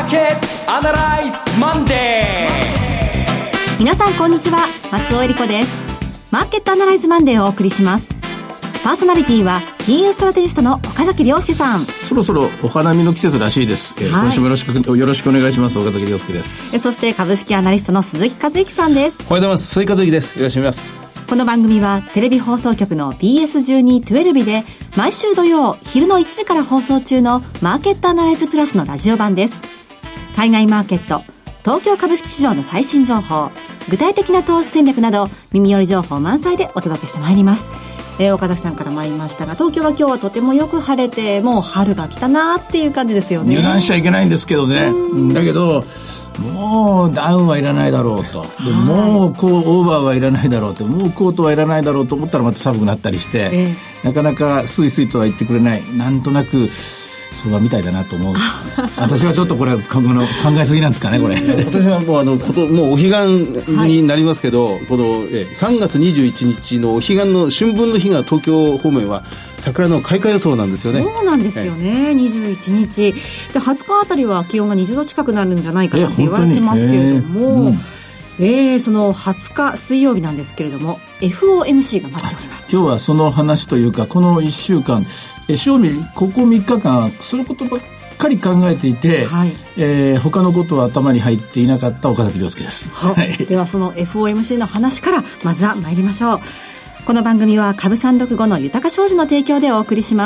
ーケットアナライズマンデー。 皆さんこんにちは、松尾恵理子です。マーケットアナライズマンデーをお送りします。パーソナリティは金融ストラテジストの岡崎亮介さん。 そろそろお花見の季節らしいです、今週もよろしくお願いします。岡崎亮介です。 そして株式アナリストの鈴木和之さんです。 おはようございます。鈴木和之です。よろしくお願いします。 この番組はテレビ放送局の BS12-12 で毎週土曜昼の1時から放送中のマーケットアナライズプラスのラジオ版です。海外マーケット、東京株式市場の最新情報、具体的な投資戦略など耳寄り情報満載でお届けしてまいります。岡崎さんから参りましたが、東京は今日はとてもよく晴れて、もう春が来たなっていう感じですよね。 油断しちゃいけないんですけどね。だけどもうダウンはいらないだろうと、でもうオーバーはいらないだろうと、もうコートはいらないだろうと思ったらまた寒くなったりして、なかなかスイスイとは言ってくれない。なんとなく相場みたいだなと思う。私はちょっとこれ考えすぎなんですかね、これ。 私はもうもうお彼岸になりますけど、この3月21日のお彼岸の春分の日が東京方面は桜の開花予想なんですよね。 そうなんですよね、21日で20日あたりは気温が20度近くなるんじゃないかなって言われてますけれども、その20日水曜日なんですけれども FOMC が待っております。 今日はその話というか、この1週間正味ここ3日間そういうことばっかり考えていて、他のことは頭に入っていなかった岡崎亮介です。 ではその FOMC の話からまずは参りましょう。この番組は株365の豊か商事の提供でお送りします。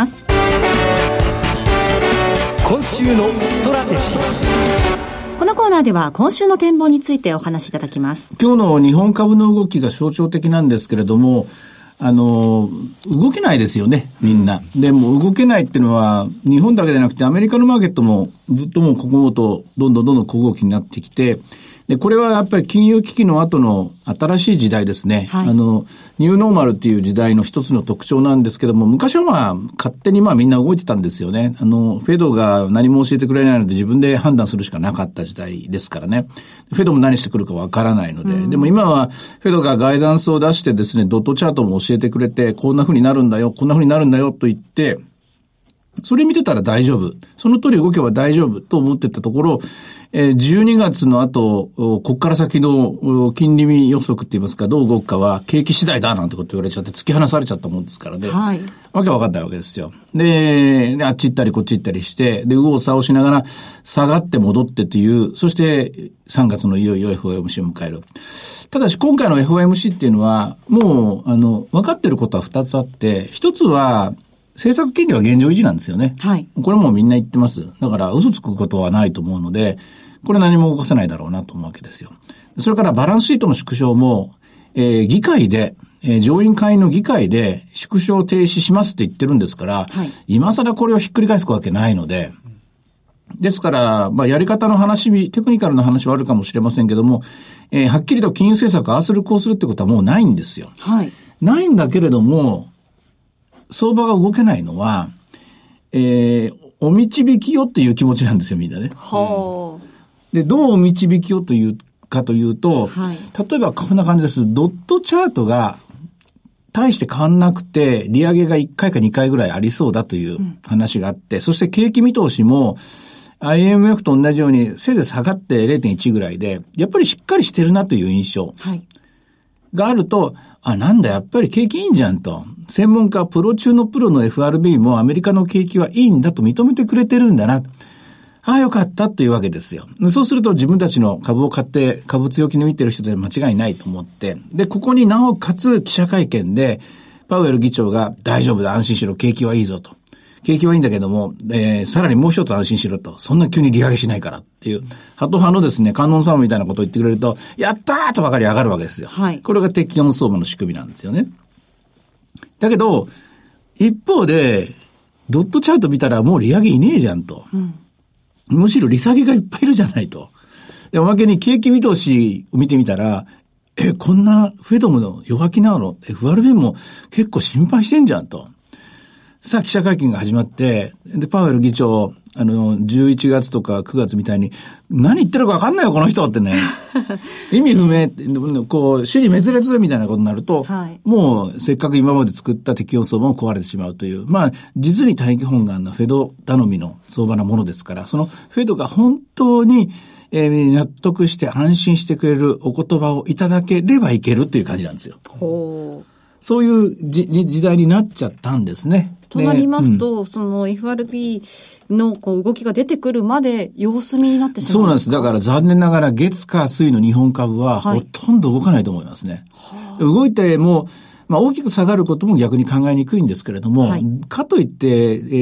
今週のストラテジー。 このコーナーでは今週の展望についてお話しいただきます。 今日の日本株の動きが象徴的なんですけれども、動けないですよね、みんな。でも動けないっていうのは日本だけでなくてアメリカのマーケットもずっともうここどんどん小動きになってきて、でこれはやっぱり金融危機の後の新しい時代ですね、ニューノーマルっていう時代の一つの特徴なんですけども、昔は勝手にみんな動いてたんですよね。フェドが何も教えてくれないので自分で判断するしかなかった時代ですからね。フェドも何してくるかわからないので、でも今はフェドがガイダンスを出してですね、ドットチャートも教えてくれて、こんな風になるんだよ、こんな風になるんだよと言って、それ見てたら大丈夫、その通り動けば大丈夫と思ってたところ、12月の後、こっから先の金利予測って言いますか、どう動くかは景気次第だなんてこと言われちゃって突き放されちゃったもんですからね。わけわかんないわけですよ。で、あっち行ったりこっち行ったりして、で、右往左往しながら下がって戻ってという、そして3月のいよいよ FOMC を迎える。ただし今回の FOMC っていうのは、もう、分かってることは2つあって、1つは、政策金利は現状維持なんですよね。これもみんな言ってます。だから嘘つくことはないと思うので、これ何も動かせないだろうなと思うわけですよ。それからバランスシートの縮小も、議会で、上院会の議会で縮小停止しますって言ってるんですから、今更これをひっくり返すわけないので、ですから、やり方の話、テクニカルな話はあるかもしれませんけども、はっきりと金融政策ああするこうするってことはもうないんですよ。ないんだけれども、相場が動けないのは、お導きよっていう気持ちなんですよ、みんなね。で、どうお導きよというかというと、例えばこんな感じです。ドットチャートが大して変わんなくて、利上げが1回か2回ぐらいありそうだという話があって、そして景気見通しも IMF と同じようにせいぜい下がって 0.1 ぐらいで、やっぱりしっかりしてるなという印象があると、なんだやっぱり景気いいんじゃんと。専門家、プロ中のプロの FRB もアメリカの景気はいいんだと認めてくれてるんだな。よかったというわけですよ。そうすると自分たちの株を買って株強気に見てる人で間違いないと思って。で、ここになおかつ記者会見でパウエル議長が大丈夫だ、安心しろ、景気はいいぞと。景気はいいんだけども、さらにもう一つ安心しろと。そんな急に利上げしないからっていう、ハト派のですね、観音様みたいなことを言ってくれると、やったーとばかり上がるわけですよ。これが適温相場の仕組みなんですよね。だけど、一方で、ドットチャート見たらもう利上げいねえじゃんと。むしろ利下げがいっぱいいるじゃないと。で、おまけに景気見通しを見てみたら、こんなフェドムの弱気なの FRB も結構心配してんじゃんと。さあ記者会見が始まって、で、パウエル議長、 11月とか9月みたいに、何言ってるか分かんないよ、この人ってね。意味不明って、こう、支離滅裂みたいなことになると、はい、もう、せっかく今まで作った適応相場も壊れてしまうという、まあ、実に大気本願なフェド頼みの相場なものですから、そのフェドが本当に、納得して安心してくれるお言葉をいただければいけるっていう感じなんですよ。 ほう。 そういう時代になっちゃったんですね。 となりますと、その FRB のこう動きが出てくるまで様子見になってしまう。 そうなんです。だから残念ながら月火水の日本株はほとんど動かないと思いますね。はい、動いても、まあ大きく下がることも逆に考えにくいんですけれども、はい、かといって、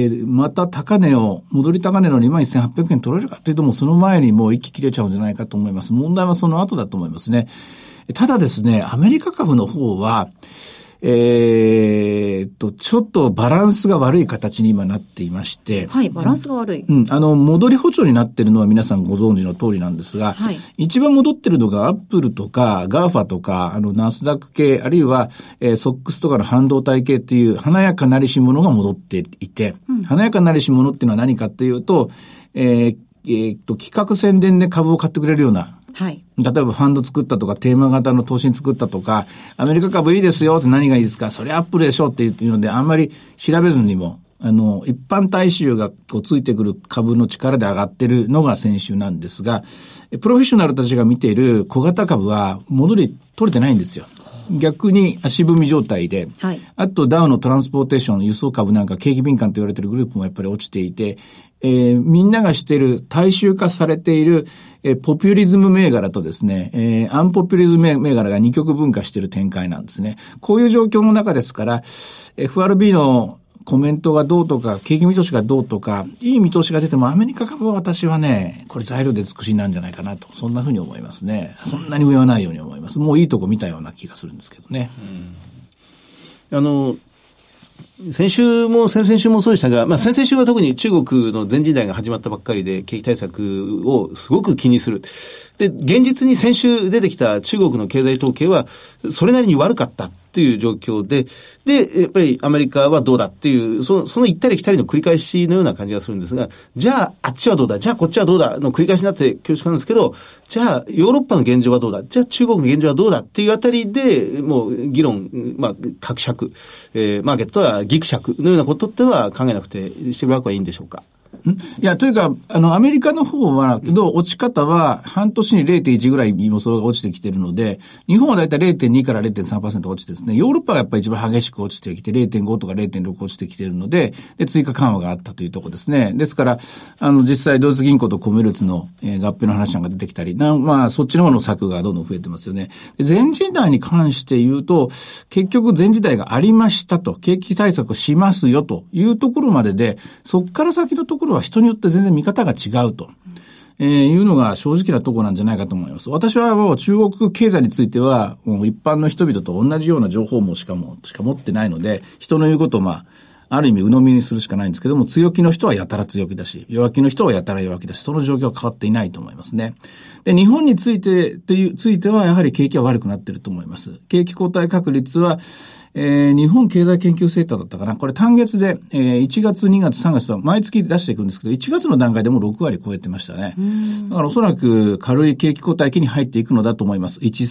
また戻り高値の 21,800 円取れるかというともうその前にもう息切れちゃうんじゃないかと思います。問題はその後だと思いますね。ただですね、アメリカ株の方は、ちょっとバランスが悪い形に今なっていまして。 はい、バランスが悪い。 戻り歩調になっているのは皆さんご存知の通りなんですが、はい、一番戻っているのがアップルとかガーファとか、ナスダック系、あるいは、ソックスとかの半導体系っていう華やかなりし物が戻っていて、華やかなりし物っていうのは何かというと、企画宣伝で株を買ってくれるような、はい。例えばファンド作ったとかテーマ型の投資に作ったとか、アメリカ株いいですよって何がいいですか、それアップルでしょっていうのであんまり調べずにも、一般大衆がこうついてくる株の力で上がってるのが先週なんですが、プロフェッショナルたちが見ている小型株は戻り取れてないんですよ。逆に足踏み状態で、はい、あとダウのトランスポーテーション、輸送株なんか景気敏感と言われているグループもやっぱり落ちていて、みんながしている大衆化されている、ポピュリズム銘柄とですね、アンポピュリズム銘柄が二極分化している展開なんですね。こういう状況の中ですから、FRB のコメントがどうとか、景気見通しがどうとか、いい見通しが出てもアメリカ株は私はね、これ材料で尽くしなんじゃないかなと、そんなふうに思いますね。そんなに上はないように思います。もういいとこ見たような気がするんですけどね。 先週も先々週もそうでしたが、まあ先々週は特に中国の全人代が始まったばっかりで景気対策をすごく気にする。で、現実に先週出てきた中国の経済統計はそれなりに悪かったっていう状況で、やっぱりアメリカはどうだっていう、その行ったり来たりの繰り返しのような感じがするんですが、じゃああっちはどうだ、じゃあこっちはどうだの繰り返しになって恐縮なんですけど、じゃあヨーロッパの現状はどうだ、じゃあ中国の現状はどうだっていうあたりでもう議論、まあ格尺、マーケットはギクシャクのようなことっては考えなくてしてもらう方がいいんでしょうか。 いや、というか、アメリカの方は、落ち方は半年に 0.1 ぐらい予想が落ちてきているので、日本はだいたい 0.2 から 0.3% 落ちてですね、ヨーロッパがやっぱり一番激しく落ちてきて、0.5 とか 0.6 落ちてきているので、追加緩和があったというところですね。ですから、実際、ドイツ銀行とコメルツの、合併の話なんか出てきたり、まあ、そっちの方の策がどんどん増えてますよね。全時代に関して言うと、結局全時代がありましたと、景気対策をしますよというところまでで、そっから先のところは人によって全然見方が違うと、いうのが正直なところなんじゃないかと思います。私はもう中国経済についてはもう一般の人々と同じような情報もしか持ってないので、人の言うことをある意味鵜呑みにするしかないんですけども、強気の人はやたら強気だし、弱気の人はやたら弱気だし、その状況は変わっていないと思いますね。で、日本についてはやはり景気は悪くなっていると思います。景気後退確率は日本経済研究センターだったかな。これ単月で、1月、2月、3月と毎月出していくんですけど、1月の段階でも6割超えてましたね。だからおそらく軽い景気後退期に入っていくのだと思います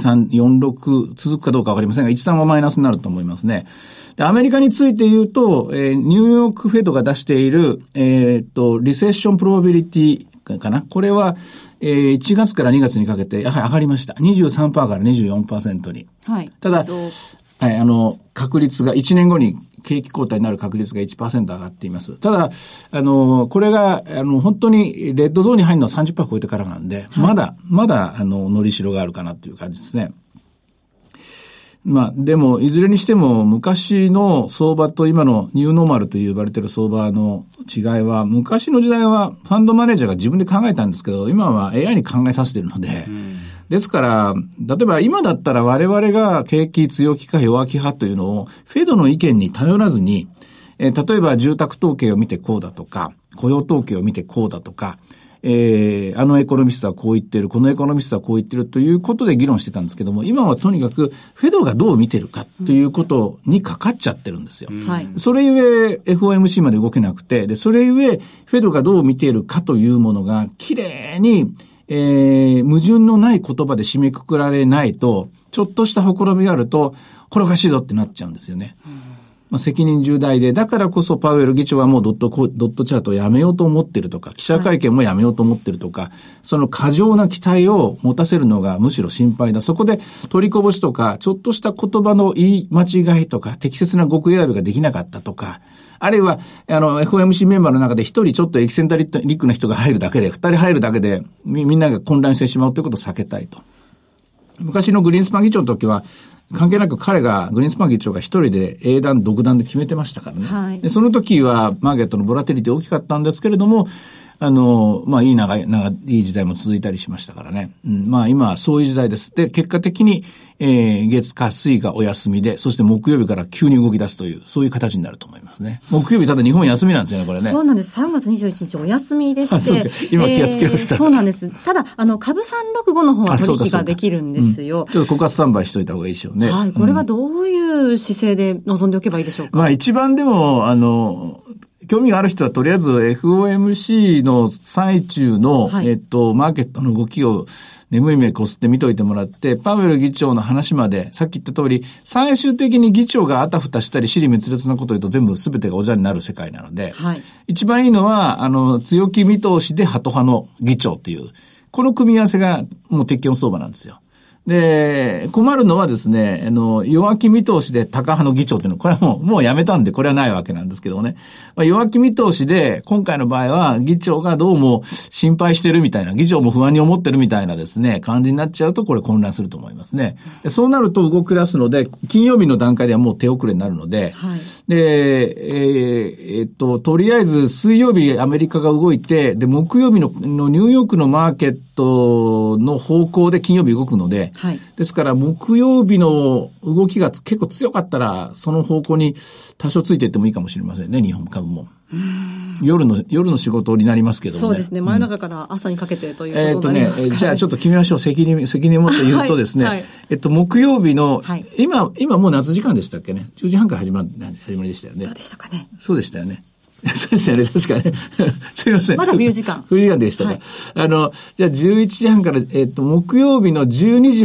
。1346続くかどうかわかりませんが、13はマイナスになると思いますね。で、アメリカについて言うと、ニューヨークフェドが出している、リセッションプロバビリティかな。これは、1月から2月にかけて、やはり上がりました。23% から 24% に。はい。ただ、はい、確率が1年後に景気後退になる確率が 1% 上がっています。ただ、これが、本当にレッドゾーンに入るのは 30% 超えてからなんで、はい、まだ、のりしろがあるかなという感じですね。まあ、でも、いずれにしても、昔の相場と今のニューノーマルと呼ばれている相場の違いは、昔の時代はファンドマネージャーが自分で考えたんですけど、今は AI に考えさせているので、ですから、例えば今だったら我々が景気強気か弱気派というのを、フェドの意見に頼らずに、例えば住宅統計を見てこうだとか、雇用統計を見てこうだとか、 あのエコノミストはこう言ってる、このエコノミストはこう言ってるということで議論してたんですけども、今はとにかくフェドがどう見てるかということにかかっちゃってるんですよ。それゆえ FOMC まで動けなくて、で、それゆえフェドがどう見ているかというものがきれいに、矛盾のない言葉で締めくくられないと、ちょっとしたほころびがあると、これおかしいぞってなっちゃうんですよね。責任重大で、だからこそパウエル議長はもうドットチャートをやめようと思ってるとか、記者会見もやめようと思ってるとか、その過剰な期待を持たせるのがむしろ心配だ。そこで取りこぼしとか、ちょっとした言葉の言い間違いとか、適切な語句選びができなかったとか、あるいは、FOMC メンバーの中で一人ちょっとエキセントリックな人が入るだけで、二人入るだけで、みんなが混乱してしまうということを避けたいと。昔のグリーンスパン議長の時は、関係なく彼が、グリーンスパン議長が一人で英断独断で決めてましたからね。はい、でその時はマーケットのボラティリティ大きかったんですけれども、いい時代も続いたりしましたからね。今はそういう時代です。で、結果的に、月火水がお休みで、そして木曜日から急に動き出すという、そういう形になると思いますね。木曜日ただ日本休みなんですよね、これね。 そうなんです。3月21日お休みでして。 今気がつきました。 そうなんです。ただ、株365の方は取引ができるんですよ。 ちょっとここはスタンバイしといた方がいいでしょうね。 はい。これはどういう姿勢で臨んでおけばいいでしょうか。 一番でも、興味がある人はとりあえず FOMC の最中の、マーケットの動きを眠い目こすって見といてもらって、パウエル議長の話まで、さっき言った通り、最終的に議長があたふたしたり、尻滅裂なことを言うと全部全てがおじゃになる世界なので、一番いいのは、強気見通しでハト派の議長という、この組み合わせがもう鉄拳相場なんですよ。で、困るのはですね、弱気見通しで高派の議長っていうの、これはもうやめたんで、これはないわけなんですけどね。弱気見通しで、今回の場合は、議長がどうも心配してるみたいな、議長も不安に思ってるみたいなですね、感じになっちゃうと、これ混乱すると思いますね。そうなると動き出すので、金曜日の段階ではもう手遅れになるので、で、とりあえず水曜日アメリカが動いて、で、木曜日のニューヨークのマーケットの方向で金曜日動くので、ですから木曜日の動きが結構強かったらその方向に多少ついていってもいいかもしれませんね、日本株も。夜の仕事になりますけどもね。 そうですね。真夜中から朝にかけてということになりますからね。 じゃあちょっと決めましょう。責任を持って言うとですね、木曜日の、今もう夏時間でしたっけね。10時半から始まりでしたよね。 どうでしたかね。 そうでしたよね。そうでしたよね、確かね。すいません。 まだ冬時間。 冬時間でしたか。じゃあ11時半から、木曜日の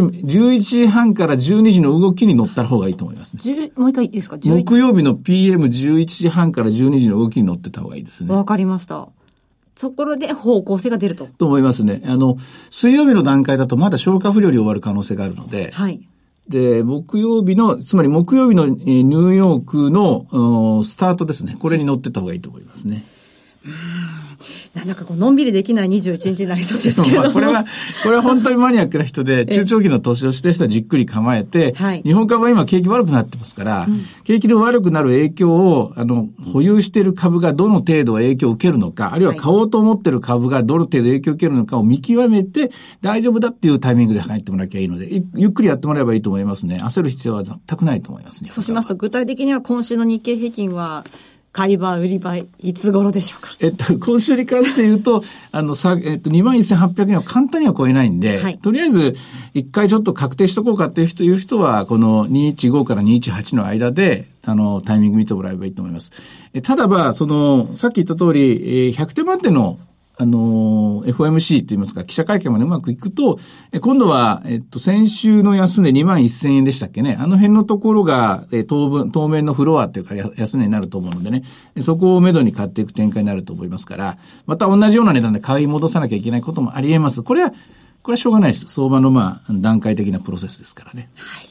11時半から12時の動きに乗った方がいいと思いますね。 もう一回いいですか？ 木曜日の PM11 時半から12時の動きに乗ってた方がいいですね。 わかりました。そこで方向性が出ると。 と思いますね。水曜日の段階だとまだ消化不良に終わる可能性があるので。で、つまり木曜日のニューヨークのスタートですね。これに乗ってった方がいいと思いますね。 なんかのんびりできない21日になりそうですけどこれは本当にマニアックな人で、中長期の投資をしてる人はじっくり構えて、日本株は今景気悪くなってますから、景気の悪くなる影響を、保有している株がどの程度影響を受けるのか、あるいは買おうと思っている株がどの程度影響を受けるのかを見極めて、大丈夫だっていうタイミングで入ってもらいゃいいので、ゆっくりやってもらえばいいと思いますね。焦る必要は全くないと思いますね。 そうしますと、具体的には今週の日経平均は、買い場、売り場、いつ頃でしょうか。 今週に関して言うと、21,800 円は簡単には超えないんで、とりあえず、一回ちょっと確定しとこうかっていう人は、この215から218の間で、タイミング見てもらえばいいと思います。たださっき言った通り、100点満点のFOMC と言いますか、記者会見までうまくいくと、今度は、先週の安値 21,000 円でしたっけね。あの辺のところが、当面のフロアというか安値になると思うのでね、そこをめどに買っていく展開になると思いますから、また同じような値段で買い戻さなきゃいけないこともあり得ます。これはしょうがないです。相場の段階的なプロセスですからね。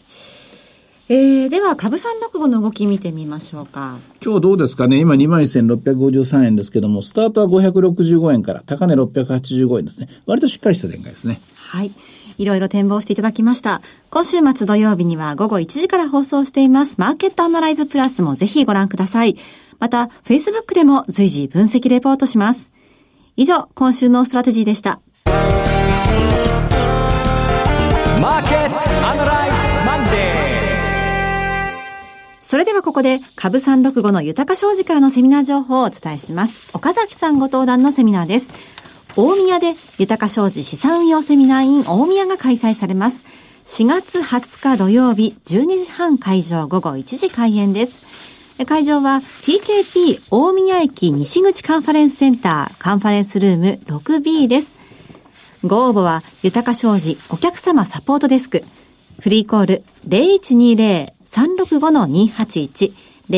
では株365の動き見てみましょうか。 今日どうですかね。今 21,653 円ですけども、スタートは565円から高値685円ですね。割としっかりした展開ですね。 いろいろ展望していただきました。今週末土曜日には午後1時から放送していますマーケットアナライズプラスもぜひご覧ください。また Facebook でも随時分析レポートします。以上、今週のストラテジーでした。 マーケットアナライズマンデー。 それではここで株365の豊か商事からのセミナー情報をお伝えします。岡崎さんご登壇のセミナーです。 大宮で豊か商事資産運用セミナー in 大宮が開催されます。4月20日土曜日12時半会場、午後1時開演です。会場は TKP 大宮駅西口カンファレンスセンターカンファレンスルーム 6B です。ご応募は豊か商事お客様サポートデスク、フリーコール 0120-365-281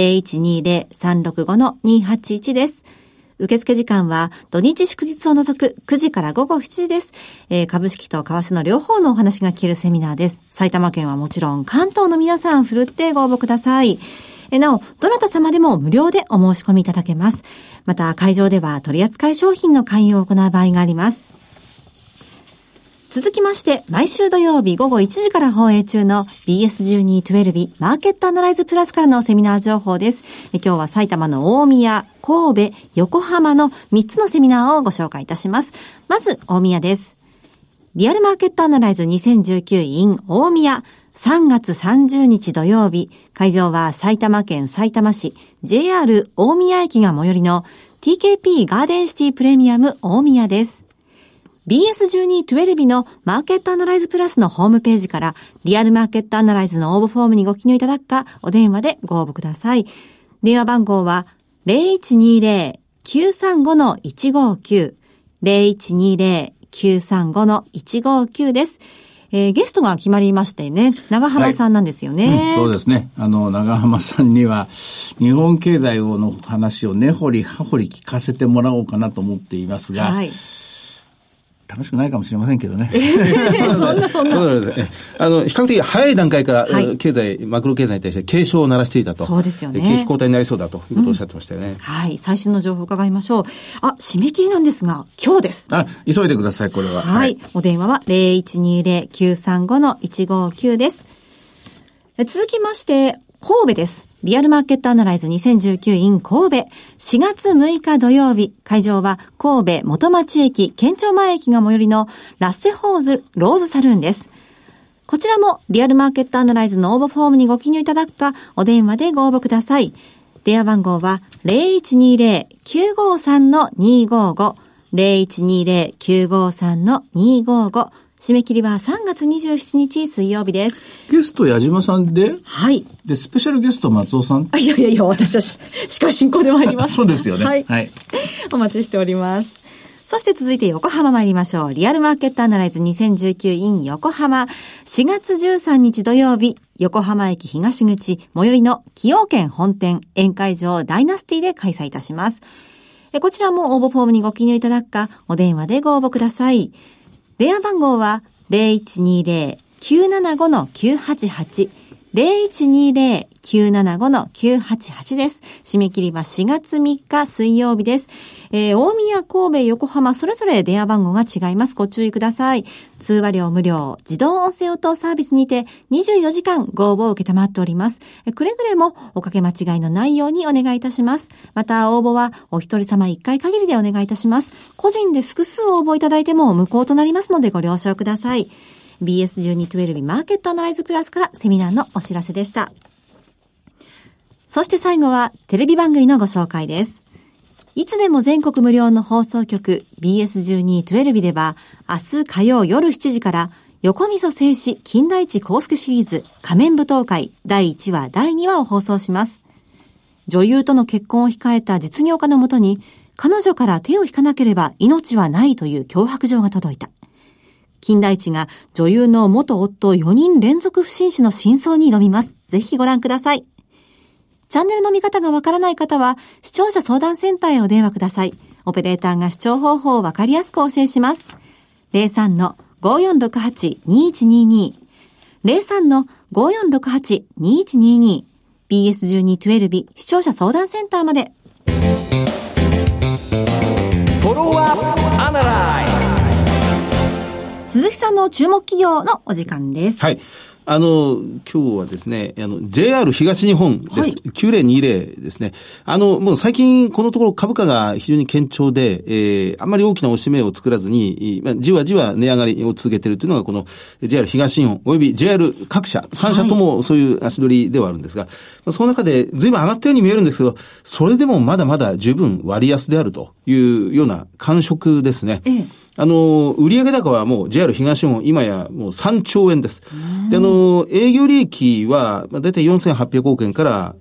0120-365-281 です。受付時間は土日祝日を除く9時から午後7時です。株式と為替の両方のお話が聞けるセミナーです。埼玉県はもちろん関東の皆さんふるってご応募ください。なお、どなた様でも無料でお申し込みいただけます。また会場では取扱い商品の勧誘を行う場合があります。続きまして、毎週土曜日午後1時から放映中の BS12-12 マーケットアナライズプラスからのセミナー情報です。今日は埼玉の大宮、神戸、横浜の3つのセミナーをご紹介いたします。まず、大宮です。リアルマーケットアナライズ2019 in 大宮、3月30日土曜日、会場は埼玉県さいたま市 JR 大宮駅が最寄りの TKP ガーデンシティプレミアム大宮です。BS12-12 のマーケットアナライズプラスのホームページからリアルマーケットアナライズの応募フォームにご記入いただくかお電話でご応募ください。電話番号は 0120-935-159 0120-935-159 です。ゲストが決まりましてね、長浜さんなんですよね。 そうですね。長浜さんには日本経済の話を根掘り葉掘り聞かせてもらおうかなと思っていますが、はい、楽しくないかもしれませんけどね。 そんな。比較的早い段階から、経済、マクロ経済に対して警鐘を鳴らしていたと。 そうですよね。 景気後退になりそうだということをおっしゃってましたよね。 はい。最新の情報を伺いましょう。締め切りなんですが、今日です。 急いでください、これは。 はい。お電話は 0120-935-159 です。続きまして、神戸です。リアルマーケットアナライズ2019 in 神戸。4月6日土曜日、会場は神戸元町駅、県庁前駅が最寄りのラッセホーズローズサルーンです。こちらもリアルマーケットアナライズの応募フォームにご記入いただくか、お電話でご応募ください。電話番号は 0120-953-255 0120-953-255締め切りは3月27日水曜日です。 ゲスト矢島さんで、 はい。 で、スペシャルゲスト松尾さん。 いや、私は司会進行でもあります。 そうですよね。 はい。お待ちしております。そして続いて横浜参りましょう。リアルマーケットアナライズ2019 in 横浜。4月13日土曜日、横浜駅東口最寄りの崎陽軒本店宴会場ダイナスティで開催いたします。こちらも応募フォームにご記入いただくか、お電話でご応募ください。電話番号は 0120-975-988 0120-975-988 です。締め切りは4月3日水曜日です。大宮、神戸、横浜、それぞれ電話番号が違います。ご注意ください。通話料無料、自動音声応答サービスにて24時間ご応募を受けたまっております。くれぐれもおかけ間違いのないようにお願いいたします。また応募はお一人様1回限りでお願いいたします。個人で複数応募いただいても無効となりますのでご了承ください。BS12-12 マーケットアナライズプラスからセミナーのお知らせでした。そして最後はテレビ番組のご紹介です。いつでも全国無料の放送局 BS12-12 では明日火曜夜7時から横溝正史金田一耕助シリーズ仮面舞踏会第1話第2話を放送します。女優との結婚を控えた実業家のもとに彼女から手を引かなければ命はないという脅迫状が届いた。金田一が女優の元夫4人連続不審死の真相に挑みます。ぜひご覧ください。チャンネルの見方がわからない方は視聴者相談センターへお電話ください。オペレーターが視聴方法をわかりやすくお教えします。03-5468-2122 03-5468-2122 BS12-12 視聴者相談センターまで。 フォローアップアナライズ。 鈴木さんの注目企業のお時間です。 はい。 今日はですね、JR 東日本です。はい、9020ですね。もう最近このところ株価が非常に堅調で、あんまり大きな押し目を作らずに、じわじわ値上がりを続けているというのがこの JR 東日本および JR 各社、3社ともそういう足取りではあるんですが、その中で随分上がったように見えるんですけど、それでもまだまだ十分割安であるというような感触ですね。売上高はもう JR 東日本今やもう3兆円です。で、営業利益はだいたい4800億円から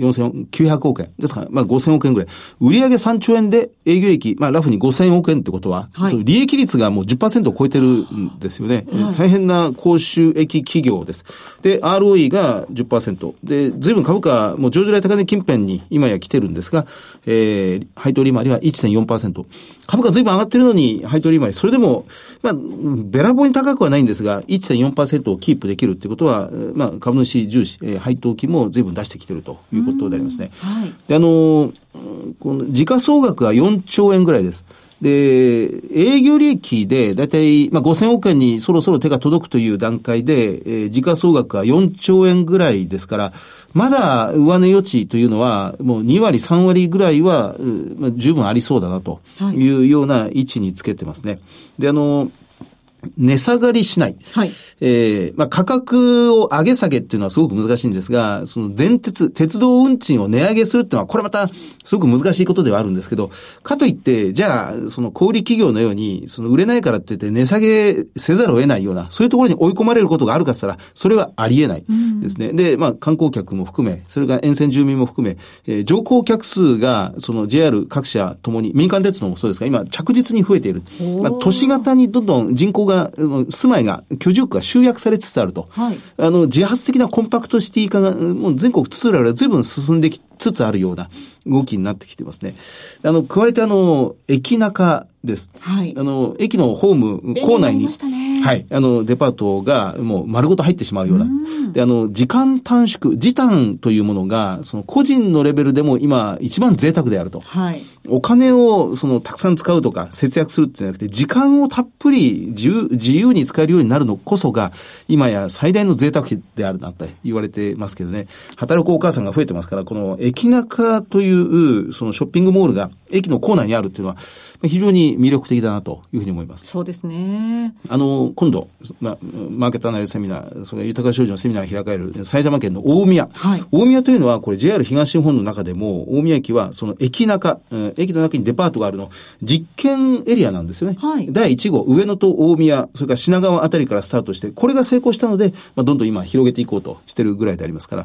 4900億円ですから、5000億円ぐらい。売上3兆円で営業利益、ラフに5000億円ってことは、その利益率がもう 10% を超えてるんですよね。大変な高収益企業です。で、ROE が 10%。で、随分株価もう上場来高値近辺に今や来てるんですが、配当利回りは 1.4%。株価随分上がってるのに配当利回り、それでも、べらぼうに高くはないんですが、1.4% をキープできるっていうことは、株主重視、配当金も随分出してきてるということでありますね。はい、で、この時価総額は4兆円ぐらいです。で、営業利益でだいたい5000億円にそろそろ手が届くという段階で、時価総額は4兆円ぐらいですから、まだ上値余地というのはもう2割3割ぐらいは、十分ありそうだなというような位置につけてますね。で、値下がりしない。はい。価格を上げ下げっていうのはすごく難しいんですが、その鉄道運賃を値上げするっていうのは、これまたすごく難しいことではあるんですけど、かといって、じゃあ、その小売企業のように、その売れないからって言って値下げせざるを得ないような、そういうところに追い込まれることがあるかって言ったら、それはありえないですね。で、観光客も含め、それから沿線住民も含め、乗降客数が、その JR 各社ともに、民間鉄道もそうですが、今着実に増えている。都市型にどんどん人口が住まいが、居住区が集約されつつあると。はい、自発的なコンパクトシティ化が、もう全国津々浦々随分進んできつつあるような動きになってきてますね。加えて駅中です。はい。駅のホーム、構内に、はい。デパートがもう丸ごと入ってしまうような。で、時間短縮、時短というものが、その個人のレベルでも今一番贅沢であると。はい。お金をたくさん使うとか節約するってじゃなくて、時間をたっぷり自由に使えるようになるのこそが、今や最大の贅沢であるなって言われてますけどね。働くお母さんが増えてますから、この駅中というそのショッピングモールが駅の構内にあるっていうのは非常に魅力的だなというふうに思います。 そうですね。 今度、マーケットアナリストセミナー、それから豊か商事のセミナーが開かれる埼玉県の大宮。はい、大宮というのはこれ JR 東日本の中でも大宮駅はその駅中、駅の中にデパートがあるの実験エリアなんですよね。はい、第1号上野と大宮、それから品川あたりからスタートして、これが成功したので、どんどん今広げていこうとしてるぐらいでありますから、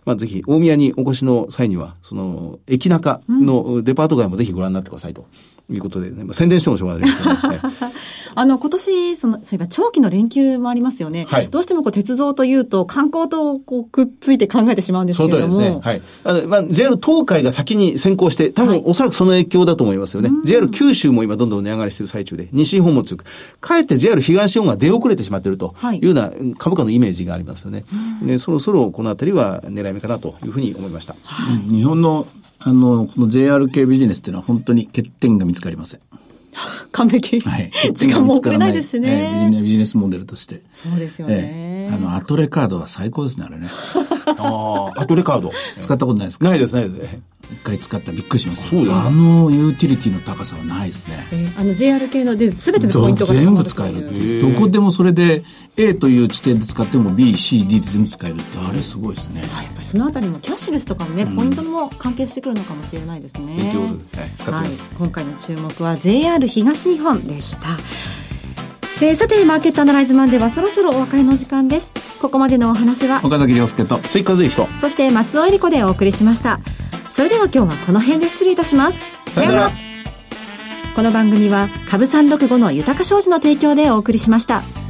ぜひ大宮にお越しの際には、その駅中のデパート街もぜひご覧になってくださいということで、宣伝してもしょうがないですよね。はい今年そういえば長期の連休もありますよね。はい、どうしても鉄道というと観光とくっついて考えてしまうんですけれども。 そうですね。はい。JR 東海が先に先行して、多分おそらくその影響だと思いますよね。JR 九州も今どんどん値上がりしている最中で、西日本も強く、かえって JR 東日本が出遅れてしまっているというような株価のイメージがありますよね。そろそろこのあたりは狙い目かなというふうに思いました。 日本のこの JR 系ビジネスっていうのは本当に欠点が見つかりません。 完璧。はい。時間も遅れないですしね。 ビジネスモデルとして。 そうですよね。 アトレカードは最高ですね、あれね。 アトレカード。 使ったことないですか？ ないです、ないです。 一回使ったらびっくりします。 そうです。 ユーティリティの高さはないですね。 JR 系ので全てのポイントが全部使えるっていう。どこでもそれで A という地点で使っても B、C、D で全部使えるって、あれすごいですね。 やっぱりそのあたりもキャッシュレスとかもね、ポイントも関係してくるのかもしれないですね。 使ってます。 今回の注目は JR 東日本でした。さてマーケットアナライズマンではそろそろお別れの時間です。ここまでのお話は岡崎亮介と関和之と、 そして松尾恵理子でお送りしました。それでは今日はこの辺で失礼いたします。 さよなら。 この番組は株365の豊か商事の提供でお送りしました。